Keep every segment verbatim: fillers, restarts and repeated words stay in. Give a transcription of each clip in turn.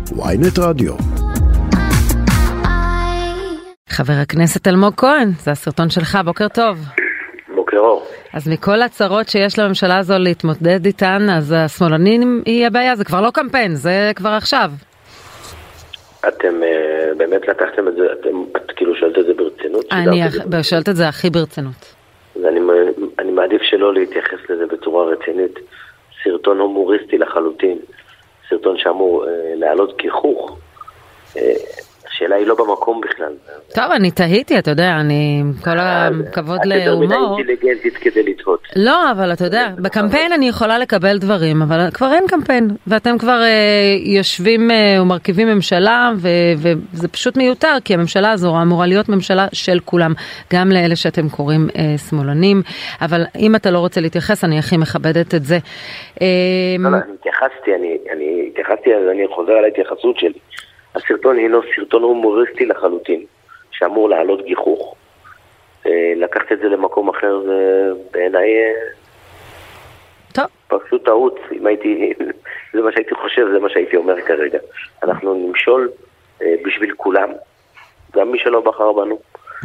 וויינט רדיו. חבר הכנסת אלמוג כהן, זה הסרטון שלך, בוקר טוב. בוקר אור. אז מכל הצרות שיש לממשלה הזו להתמודד איתן, אז השמאלנים היא הבעיה, זה כבר לא קמפיין, זה כבר עכשיו. אתם uh, באמת לקחתם את זה, אתם, את כאילו שואלת את זה ברצינות? אני אח... שואלת את זה הכי ברצינות. ואני אני מעדיף שלא להתייחס לזה בצורה רצינית. סרטון הומוריסטי לחלוטין, סרטון שאמור uh, להעלות כיחוך. Uh, השאלה היא לא במקום בכלל. טוב, אני תהיתי, אתה יודע, אני כל הכבוד להומור. את יותר מדי אינטליגנטית כדי לתהות. לא, אבל אתה יודע, בקמפיין אני יכולה לקבל דברים, אבל כבר אין קמפיין, ואתם כבר יושבים ומרכיבים ממשלה, וזה פשוט מיותר, כי הממשלה הזו אמורה להיות ממשלה של כולם, גם לאלה שאתם קוראים שמאלנים, אבל אם אתה לא רוצה להתייחס, אני הכי מכבדת את זה. לא, לא, אני התייחסתי, אני התייחסתי, אז אני חוזר על ההתייחסות שלי. הסרטון הינו סרטון הומוריסטי לחלוטין, שאמור לעלות גיחוך. לקחת את זה למקום אחר, זה בעיניי טוב. פשוט טעות. אם הייתי, זה מה שהייתי חושב, זה מה שהייתי אומר כרגע. אנחנו נמשול בשביל כולם, גם מי שלא בחר בנו.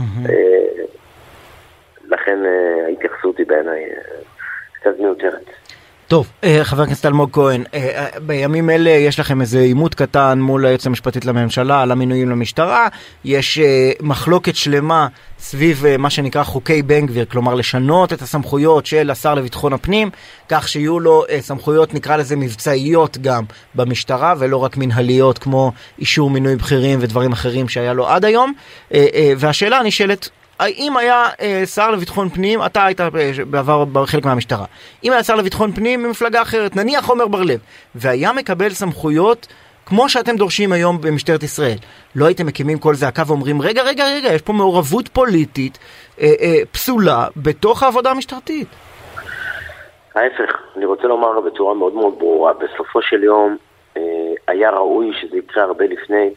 לכן ההתייחסות היא בעיניי קצת מיותרת. טוב, חבר הכנסת אלמוג כהן, בימים אלה יש לכם איזה עימות קטן מול היועצת המשפטית לממשלה על המינויים למשטרה, יש מחלוקת שלמה סביב מה שנקרא חוקי בן גביר, כלומר לשנות את הסמכויות של השר לביטחון הפנים, כך שיהיו לו סמכויות נקרא לזה מבצעיות גם במשטרה, ולא רק מנהליות כמו אישור מינוי בכירים ודברים אחרים שהיה לו עד היום, והשאלה נשאלת, אם היה אה, שר לביטחון פנים, אתה היית בעבר בחלק מהמשטרה, אם היה שר לביטחון פנים ממפלגה אחרת, נניח עומר בר לב, והיה מקבל סמכויות כמו שאתם דורשים היום במשטרת ישראל, לא הייתם מקימים כל זעקה ואומרים, רגע, רגע, רגע, יש פה מעורבות פוליטית אה, אה, פסולה בתוך העבודה המשטרתית? ההפך, אני רוצה לומר בצורה מאוד מאוד ברורה, בסופו של יום אה, היה ראוי שזה יקרה הרבה לפני,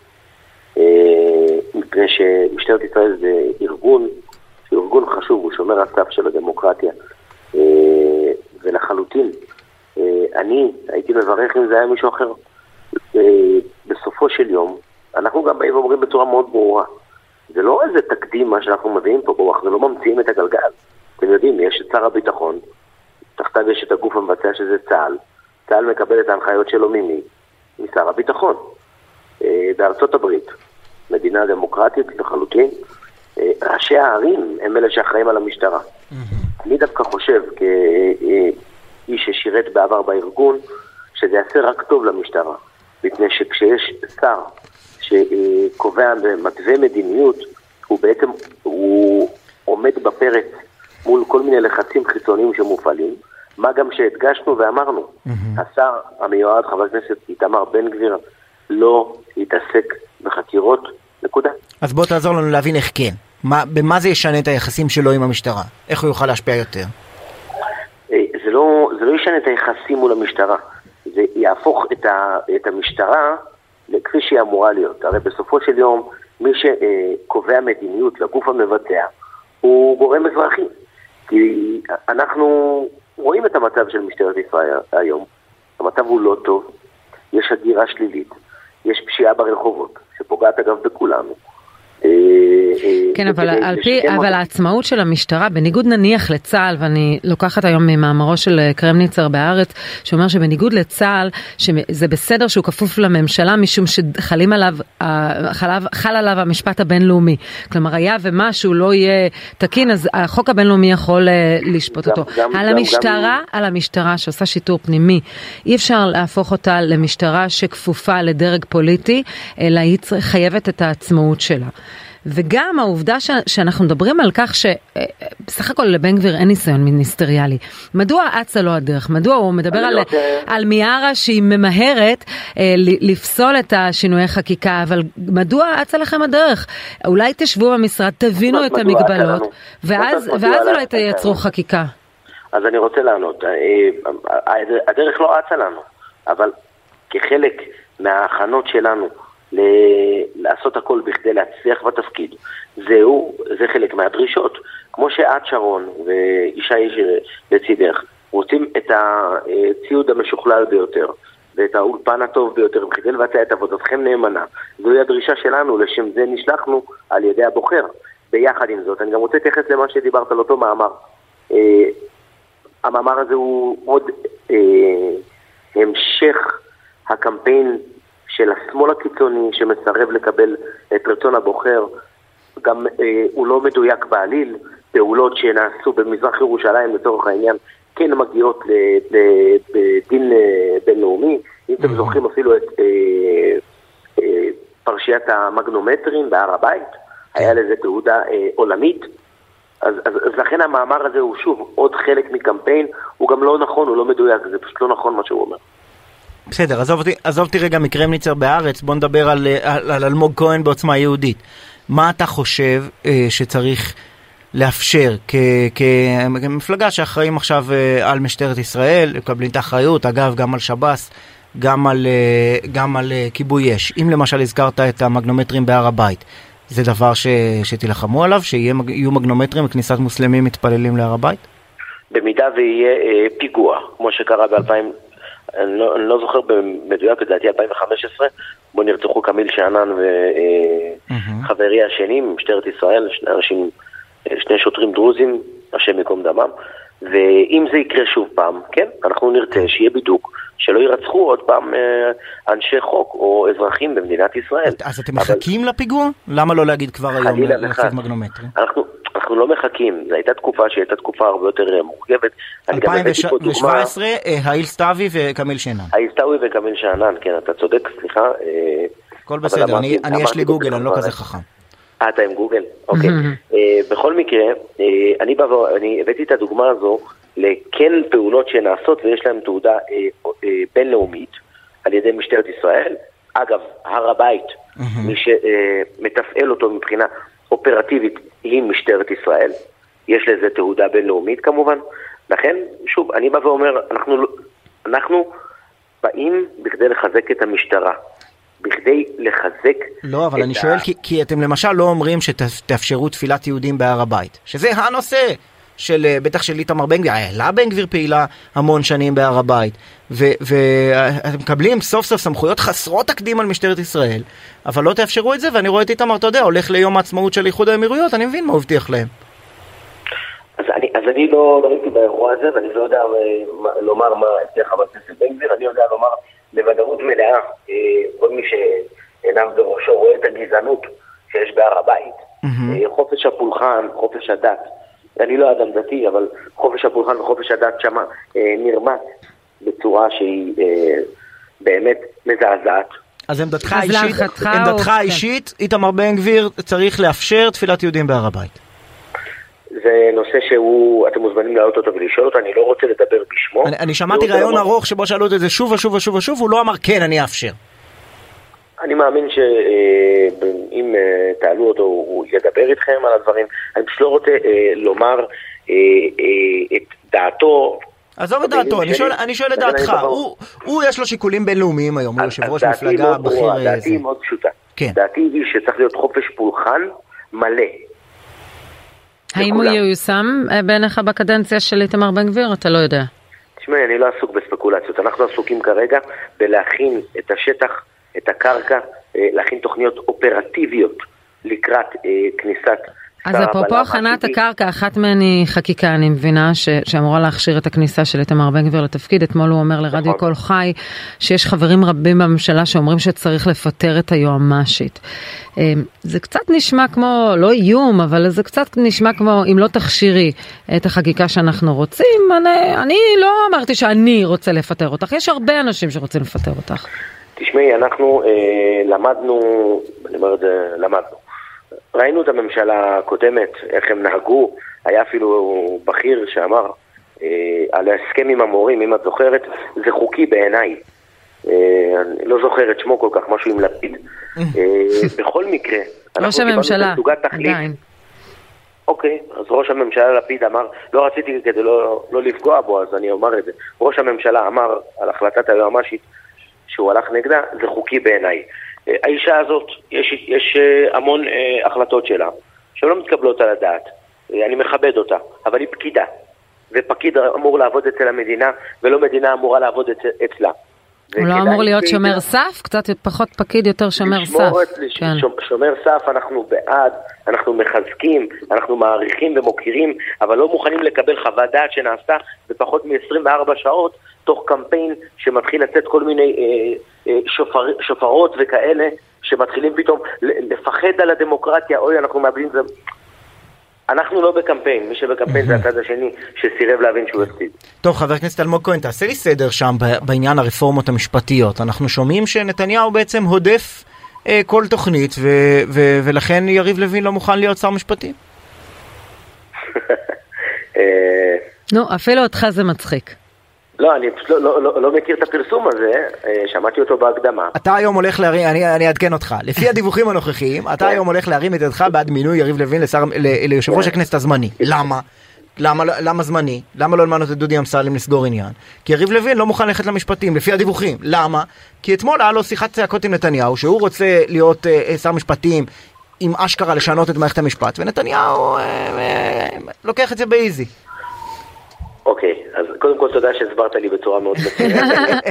מפני שמשטרת ישראל זה ארגון, ארגון חשוב, הוא שומר הסף של הדמוקרטיה, ולחלוטין אני הייתי מברך אם זה היה מישהו אחר. בסופו של יום אנחנו גם באים ואומרים בצורה מאוד ברורה, זה לא איזה תקדים מה שאנחנו מביאים פה, אנחנו לא ממציאים את הגלגל. אתם יודעים, יש את שר הביטחון, תחתיו יש את הגוף המבצע שזה צה"ל, צה"ל מקבל את ההנחיות שלו ממי? משר הביטחון. בארצות הברית, מדינה דמוקרטית לחלוטין, ראשי הערים הם אלה שאחראים על המשטרה. אני דווקא חושב, כאיש ששירת בעבר בארגון, שזה יעשה רק טוב למשטרה, מפני שכשיש שר שקובע ומתווה מדיניות, הוא בעצם הוא עומד בפרץ מול כל מיני לחצים חיצוניים שמופעלים, מה גם שהדגשנו ואמרנו, השר המיועד, חבר הכנסת איתמר בן גביר, לא יתעסק בחקירות, נקודה. אז בוא תעזור לנו להבין איך כן. מה, במה זה ישנה את היחסים שלו עם המשטרה? איך הוא יוכל להשפיע יותר? זה לא, זה לא ישנה את היחסים מול המשטרה. זה יהפוך את, ה, את המשטרה כפי שהיא אמורה להיות. הרי בסופו של יום, מי שקובע מדיניות לגוף המבצע, הוא גורם אזרחי. כי אנחנו רואים את המצב של משטרת ישראל היום. המצב הוא לא טוב. יש הגירה שלילית. יש פשיעה ברחובות, שפוגעת אגב בכולנו. כן, אבל על פי, אבל העצמאות של המשטרה, בניגוד נניח לצה"ל, ואני לוקחת היום ממאמרו של קרמניצר בארץ, שאומר שבניגוד לצה"ל, שזה בסדר שהוא כפוף לממשלה, משום שחלים עליו, חל עליו המשפט הבינלאומי. כלומר, היה ומשהו לא יהיה תקין, אז החוק הבינלאומי יכול לשפוט אותו. על המשטרה, על המשטרה שעושה שיטור פנימי, אי אפשר להפוך אותה למשטרה שכפופה לדרג פוליטי, אלא היא חייבת את העצמאות שלה. וגם העובדה ש- שאנחנו מדברים על כך שבסך הכל לבן גביר אין ניסיון מיניסטריאלי. מדוע אצה לו הדרך? מדוע הוא מדבר על, לא על מיארה שהיא ממהרת אה, לפסול את השינויי חקיקה, אבל מדוע אצה לכם הדרך? אולי תשבו במשרד, תבינו את המגבלות, ואז, ואז אולי תייצרו חקיקה. אז אני רוצה לענות. הדרך לא אצה לנו, אבל כחלק מההכנות שלנו, לעשות הכל בכדי להצליח בתפקיד. זהו, זה חלק מהדרישות. כמו שאת שרון ואישה יש לצידך, רוצים את הציוד המשוכלל ביותר, ואת האולפן הטוב ביותר, וכדי לבצע את עבודתכם נאמנה. זוהי הדרישה שלנו, לשם זה נשלחנו על ידי הבוחר. ביחד עם זאת, אני גם רוצה להתייחס למה שדיברת על אותו מאמר. אה, המאמר הזה הוא עוד אה, המשך הקמפיין של השמאל הקיצוני שמסרב לקבל את רצון הבוחר. גם אה, הוא לא מדויק בעליל. פעולות שנעשו במזרח ירושלים לצורך העניין כן מגיעות לדין בינלאומי. אם אתם זוכרים אפילו את אה, אה, פרשיית המגנומטרים בהר הבית, היה לזה תעודה אה, עולמית. אז, אז, אז לכן המאמר הזה הוא שוב עוד חלק מקמפיין, הוא גם לא נכון, הוא לא מדויק, זה פשוט לא נכון מה שהוא אומר. בסדר, עזוב אותי, עזוב אותי רגע מקרמניצר בארץ, בוא נדבר על, על, על אלמוג כהן בעוצמה יהודית. מה אתה חושב אה, שצריך לאפשר כמפלגה שאחראים עכשיו על משטרת ישראל, לקבלים את האחריות, אגב גם על שב"ס, גם על, גם על כיבוי אש. אם למשל הזכרת את המגנומטרים בהר הבית, זה דבר ש, שתלחמו עליו, שיהיו מגנומטרים וכניסת מוסלמים מתפללים להר הבית? במידה ויהיה אה, פיגוע, כמו שקרה ב-אלפיים, אני לא, אני לא זוכר במדויק, לדעתי אלפיים וחמש עשרה, בו נרצחו קמיל שענן וחברי השני ממשטרת ישראל, שני אנשים, שני שוטרים דרוזים, השם מקום דמם, ואם זה יקרה שוב פעם, כן, אנחנו נרצה שיהיה בידוק, שלא ירצחו עוד פעם אנשי חוק או אזרחים במדינת ישראל. אז אתם מחכים לפיגוע? למה לא להגיד כבר היום להציב מגנומטרים? אנחנו, אנחנו לא מחכים, זו הייתה תקופה שהייתה תקופה הרבה יותר מורכבת. אלפיים ושבע עשרה, האיל סתיוי וקמיל שענן. האיל סתיוי וקמיל שענן, כן, אתה צודק, סליחה. הכל בסדר, אני יש לי גוגל, אני לא כזה חכם. אה, אתה עם גוגל? אוקיי. בכל מקרה, אני בא ואני הבאתי את הדוגמה הזו לכן פעולות שנעשות ויש להם תעודה בינלאומית על ידי משטרת ישראל. אגב, הר הבית, מי שמתפעל אותו מבחינה אופרטיבית היא משטרת ישראל. יש לזה תעודה בינלאומית כמובן. לכן, שוב, אני בא ואומר, אנחנו, אנחנו באים בכדי לחזק את המשטרה. בכדי לחזק... לא, אבל אני שואל, כי, כי אתם למשל לא אומרים שתאפשרו תפילת יהודים בהר הבית, שזה הנושא של, בטח של איתמר בן גביר, העלה בן גביר פעילה המון שנים בהר הבית, ואתם מקבלים סוף סוף סמכויות חסרות תקדים על משטרת ישראל, אבל לא תאפשרו את זה, ואני רואה את איתמר, אתה יודע, הולך ליום העצמאות של איחוד האמירויות, אני מבין מה הוא הבטיח להם. אז אני, אז אני לא, לא ראיתי באירוע הזה, ואני לא יודע לומר מה הבטיח חבר הכנסת בן גביר, אני יודע לומר בוודאות מלאה, כל מי שעיניו בראשו רואה את הגזענות שיש בהר הבית, mm-hmm. חופש הפולחן, חופש הדת, אני לא אדם דתי, אבל חופש הפולחן וחופש הדת שמה נרמט בצורה שהיא באמת מזעזעת. אז עמדתך האישית, עמדתך האישית, איתמר בן גביר צריך לאפשר תפילת יהודים בהר הבית. זה נושא שהוא, אתם מוזמנים להעלות אותו ולשאול אותו, אני לא רוצה לדבר בשמו. אני, אני שמעתי רעיון ארוך שבו שאלו את זה שוב ושוב ושוב ושוב, הוא לא אמר כן, אני אאפשר. אני מאמין שאם תעלו אותו, הוא ידבר איתכם על הדברים. אני פשוט לא רוצה לומר את דעתו. עזוב את דעתו, אני שואל, אני שואל את דעתך. הוא, הוא יש לו שיקולים בינלאומיים היום, הוא יושב ראש מפלגה בכיר. דעתי היא מאוד פשוטה. דעתי היא שצריך להיות חופש פולחן מלא. האם הוא ייושם בעיניך בקדנציה של איתמר בן גביר? אתה לא יודע. תשמעי, אני לא עסוק בספקולציות. אנחנו עסוקים כרגע בלהכין את השטח, את הקרקע, להכין תוכניות אופרטיביות לקראת כניסת... אז אפרופו הכנת הקרקע, אחת מהן היא חקיקה, אני מבינה, ש- שאמורה להכשיר את הכניסה של איתמר בן גביר לתפקיד. אתמול הוא אומר לרדיו קול חי שיש חברים רבים בממשלה שאומרים שצריך לפטר את היועמ"שית. זה קצת נשמע כמו, לא איום, אבל זה קצת נשמע כמו, אם לא תכשירי את החקיקה שאנחנו רוצים, אני, אני לא אמרתי שאני רוצה לפטר אותך, יש הרבה אנשים שרוצים לפטר אותך. תשמעי, אנחנו אה, למדנו, אני אומר את זה, למדנו. ראינו את הממשלה הקודמת, איך הם נהגו, היה אפילו בכיר שאמר אה, על ההסכם עם המורים, אם את זוכרת, זה חוקי בעיניי. אה, אני לא זוכר את שמו כל כך, משהו עם לפיד. אה, בכל מקרה, ראש הממשלה, עדיין. אוקיי, אז ראש הממשלה לפיד אמר, לא רציתי כדי לא, לא לפגוע בו, אז אני אומר את זה. ראש הממשלה אמר על החלטת היועמ"שית שהוא הלך נגדה, זה חוקי בעיניי. האישה הזאת, יש, יש המון אה, החלטות שלה, שלא מתקבלות על הדעת. אני מכבד אותה, אבל היא פקידה. ופקיד אמור לעבוד אצל המדינה, ולא מדינה אמורה לעבוד אצ, אצלה. הוא לא אמור להיות שומר סף? קצת פחות פקיד, יותר שומר סף. שומר סף אנחנו בעד, אנחנו מחזקים, אנחנו מעריכים ומוקירים, אבל לא מוכנים לקבל חוות דעת שנעשתה בפחות מ-עשרים וארבע שעות, תוך קמפיין שמתחיל לצאת כל מיני אה, אה, שופר, שופרות וכאלה, שמתחילים פתאום לפחד על הדמוקרטיה. אוי, אנחנו מאבדים זה. אנחנו לא בקמפיין, מי שבקמפיין זה הצד השני שסירב להבין שהוא הפסיד. טוב, חבר הכנסת אלמוג כהן, תעשה לי סדר שם בעניין הרפורמות המשפטיות. אנחנו שומעים שנתניהו בעצם הודף אה, כל תוכנית, ו- ו- ולכן יריב לוין לא מוכן להיות שר משפטים. נו, אפילו אותך זה מצחיק. לא, אני פשוט לא, לא, לא, לא מכיר את הפרסום הזה, שמעתי אותו בהקדמה. אתה היום הולך להרים, אני, אני אעדכן אותך, לפי הדיווחים הנוכחיים, אתה היום הולך להרים את ידך בעד מינוי יריב לוין לשר, ליושב ראש הכנסת הזמני. למה? למה, למה זמני? למה לא למנות את דודי אמסלם לסגור עניין? כי יריב לוין לא מוכן ללכת למשפטים, לפי הדיווחים. למה? כי אתמול היה לו שיחת צעקות עם נתניהו, שהוא רוצה להיות uh, שר משפטים עם אשכרה לשנות את מערכת המשפט, ונתניהו uh, uh, לוקח את זה באיזי. אוקיי, אז קודם כל תודה שהסברת לי בצורה מאוד מצוינת.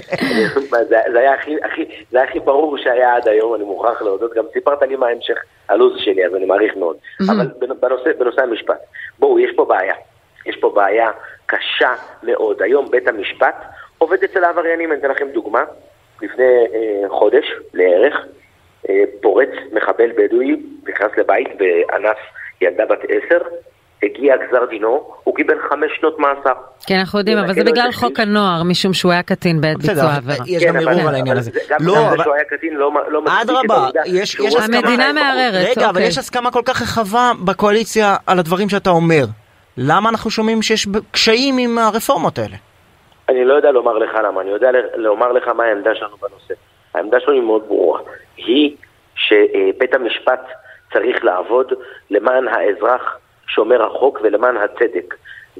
זה היה הכי ברור שהיה עד היום, אני מוכרח להודות, גם סיפרת לי מה המשך הלוז שלי, אז אני מעריך מאוד. אבל בנושא המשפט, בואו, יש פה בעיה. יש פה בעיה קשה מאוד. היום בית המשפט עובד אצל העבריינים. אני אתן לכם דוגמה. לפני חודש לערך, פורץ מחבל בדואי, נכנס לבית ואנס ילדה בת עשר, הגיע גזר דינו, הוא קיבל חמש שנות מאסר. כן, אנחנו יודעים, אבל זה בגלל חוק הנוער, משום שהוא היה קטין בעת ביצוע העבירה. יש גם ערעור על העניין הזה. גם בגלל שהוא היה קטין לא מצדיק את העובדה. המדינה מערערת. רגע, אבל יש הסכמה כל כך רחבה בקואליציה על הדברים שאתה אומר. למה אנחנו שומעים שיש קשיים עם הרפורמות האלה? אני לא יודע לומר לך למה, אני יודע לומר לך מה העמדה שלנו בנושא. העמדה שלנו היא מאוד ברורה. היא שבית המשפט צריך לעבוד למען האזרח שומר החוק ולמען הצדק,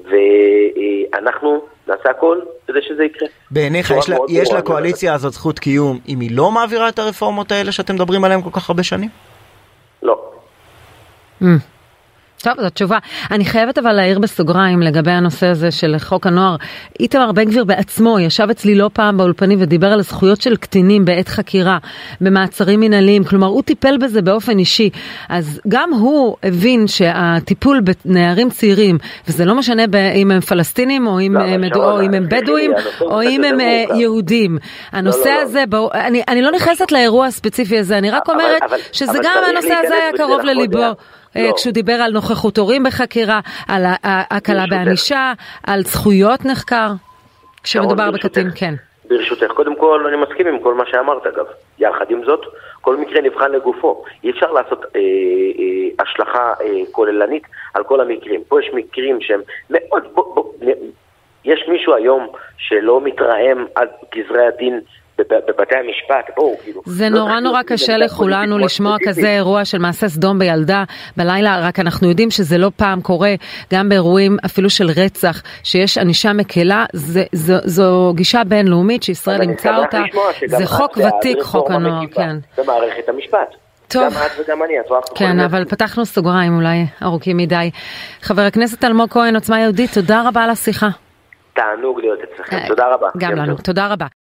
ואנחנו נעשה הכל כדי שזה יקרה. בעיניך יש, לה, יש לקואליציה הזאת זכות קיום אם היא לא מעבירה את הרפורמות האלה שאתם מדברים עליהן כל כך הרבה שנים? לא. Mm. טוב, זו תשובה. אני חייבת אבל להעיר בסוגריים לגבי הנושא הזה של חוק הנוער. איתמר בן גביר בעצמו ישב אצלי לא פעם באולפנים ודיבר על הזכויות של קטינים בעת חקירה, במעצרים מנהליים, כלומר הוא טיפל בזה באופן אישי. אז גם הוא הבין שהטיפול בנערים צעירים, וזה לא משנה אם הם פלסטינים או אם הם בדואים או אם הם יהודים. הנושא הזה, אני לא נכנסת לאירוע הספציפי הזה, אני רק אומרת שזה גם הנושא הזה היה קרוב לליבו. לא. כשהוא דיבר על נוכחות הורים בחקירה, על הקלה בענישה, על זכויות נחקר, כשמדובר בקטין, כן. ברשותך, קודם כל אני מסכים עם כל מה שאמרת אגב. יחד עם זאת, כל מקרה נבחן לגופו. אי אפשר לעשות אה, אה, השלכה אה, כוללנית על כל המקרים. פה יש מקרים שהם מאוד... בוא, בוא, יש מישהו היום שלא מתרעם על גזרי הדין בבתי המשפט, בואו, כאילו. זה נורא נורא קשה לכולנו לשמוע כזה אירוע של מעשה סדום בילדה בלילה, רק אנחנו יודעים שזה לא פעם קורה, גם באירועים אפילו של רצח, שיש ענישה מקלה, זו גישה בינלאומית שישראל ימצא אותה, זה חוק ותיק, חוק הנוער, כן. זה מערכת המשפט. טוב. גם את וגם אני, את רואה? כן, אבל פתחנו סוגריים אולי ארוכים מדי. חבר הכנסת אלמוג כהן, עוצמה יהודית, תודה רבה על השיחה. תענוג להיות אצלכם, תודה רבה. גם לנו, תודה רבה.